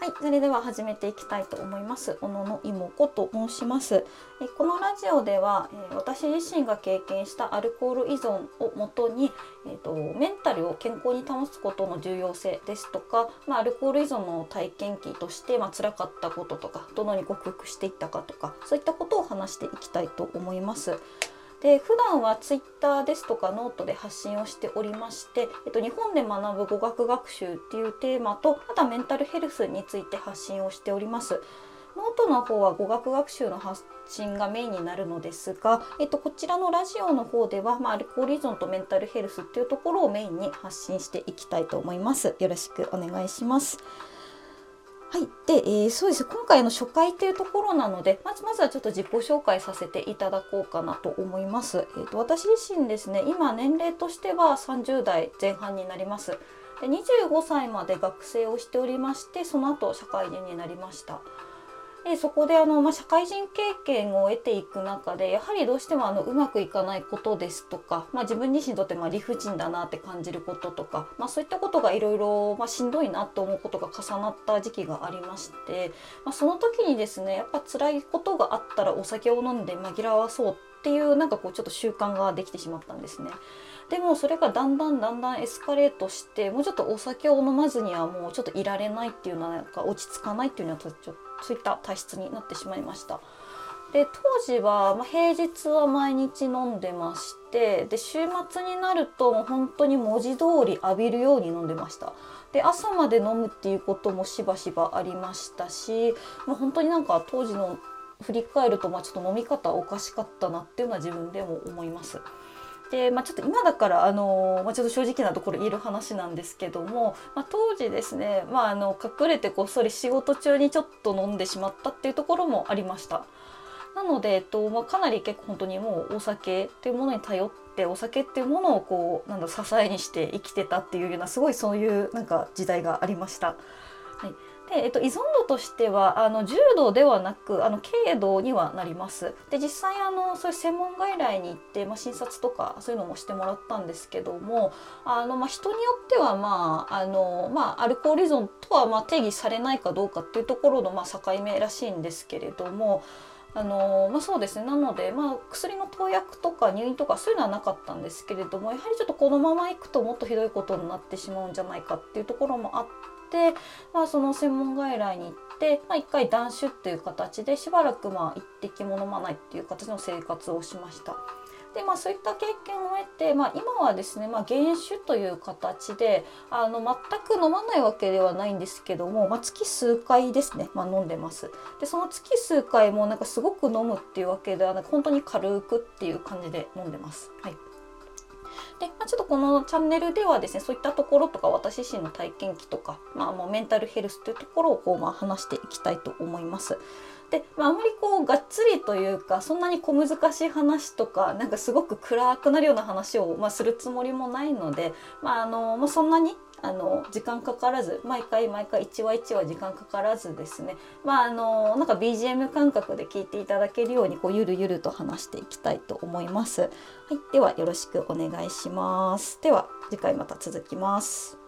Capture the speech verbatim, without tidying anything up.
はい、それでは始めていきたいと思います。小野の妹子と申します。えこのラジオでは、え私自身が経験したアルコール依存をもとに、えーと、メンタルを健康に保つことの重要性ですとか、まあ、アルコール依存の体験記として、まあ、辛かったこととか、どのように克服していったかとか、そういったことを話していきたいと思います。で普段はツイッターですとかノートで発信をしておりまして、えっと、日本で学ぶ語学学習っていうテーマと、あとはメンタルヘルスについて発信をしております。ノートの方は語学学習の発信がメインになるのですが、えっと、こちらのラジオの方では、まあ、アルコール依存とメンタルヘルスっていうところをメインに発信していきたいと思います。よろしくお願いします。はい、で、えー、そうです。今回の初回というところなので、まずまずはちょっと自己紹介させていただこうかなと思います。えーと、私自身ですね、今年齢としてはさんじゅう代前半になります。で、にじゅうごさいまで学生をしておりまして、その後社会人になりました。でそこであの、まあ、社会人経験を得ていく中で、やはりどうしてもあのうまくいかないことですとか、まあ、自分自身にとってまあ理不尽だなって感じることとか、まあ、そういったことがいろいろしんどいなと思うことが重なった時期がありまして、まあ、その時にですね、やっぱ辛いことがあったらお酒を飲んで紛らわそうっていうなんかこうちょっと習慣ができてしまったんですね。でもそれがだんだんだんだんエスカレートして、もうちょっとお酒を飲まずにはもうちょっといられないっていうのは、なんか落ち着かないっていうのはちょっとそういった体質になってしまいました。で当時は、まあ、平日は毎日飲んでまして、で週末になるともう本当に文字通り浴びるように飲んでました。で朝まで飲むっていうこともしばしばありましたし、もう本当になんか当時の振り返ると、まあちょっと飲み方おかしかったなっていうのは自分でも思います。でまあ、ちょっと今だからあの、まあ、ちょっと正直なところ言える話なんですけども、まあ、当時ですね、まあ、あの隠れてこっそり仕事中にちょっと飲んでしまったっていうところもありました。なので、えっとまあ、かなり結構本当にもうお酒っていうものに頼って、お酒っていうものをこうなんだ支えにして生きてたっていうような、すごいそういうなんか時代がありました。はい。でえっと、依存度としてはあの重度ではなくあの軽度にはなります。で実際あのそういう専門外来に行って、まあ、診察とかそういうのもしてもらったんですけども、あの、まあ、人によっては、まああのまあ、アルコール依存とはまあ定義されないかどうかっていうところのまあ境目らしいんですけれども、あのまあ、そうですね。なので、まあ、薬の投薬とか入院とかそういうのはなかったんですけれども、やはりちょっとこのままいくともっとひどいことになってしまうんじゃないかっていうところもあって、まあ、その専門外来に行って、まあ、一回断酒っていう形でしばらくまあ一滴も飲まないっていう形の生活をしました。でまあ、そういった経験を得て、まあ、今はですね、まあ、減酒という形であの全く飲まないわけではないんですけども、まあ、月数回ですね、まあ、飲んでます。でその月数回もなんかすごく飲むっていうわけではなく、本当に軽くっていう感じで飲んでます。はい。で、まあ、ちょっとこのチャンネルではですね、そういったところとか私自身の体験記とか、まあ、もうメンタルヘルスというところをこう、まあ、話していきたいと思います。で、まあ、あまりこうがっつりというか、そんなに小難しい話とかなんかすごく暗くなるような話を、まあ、するつもりもないので、まああのまあ、そんなにあの時間かからず、毎回毎回いちわいちわ時間かからずですね、まああのなんか ビージーエム 感覚で聞いていただけるようにこうゆるゆると話していきたいと思います。はい、ではよろしくお願いします。では次回また続きます。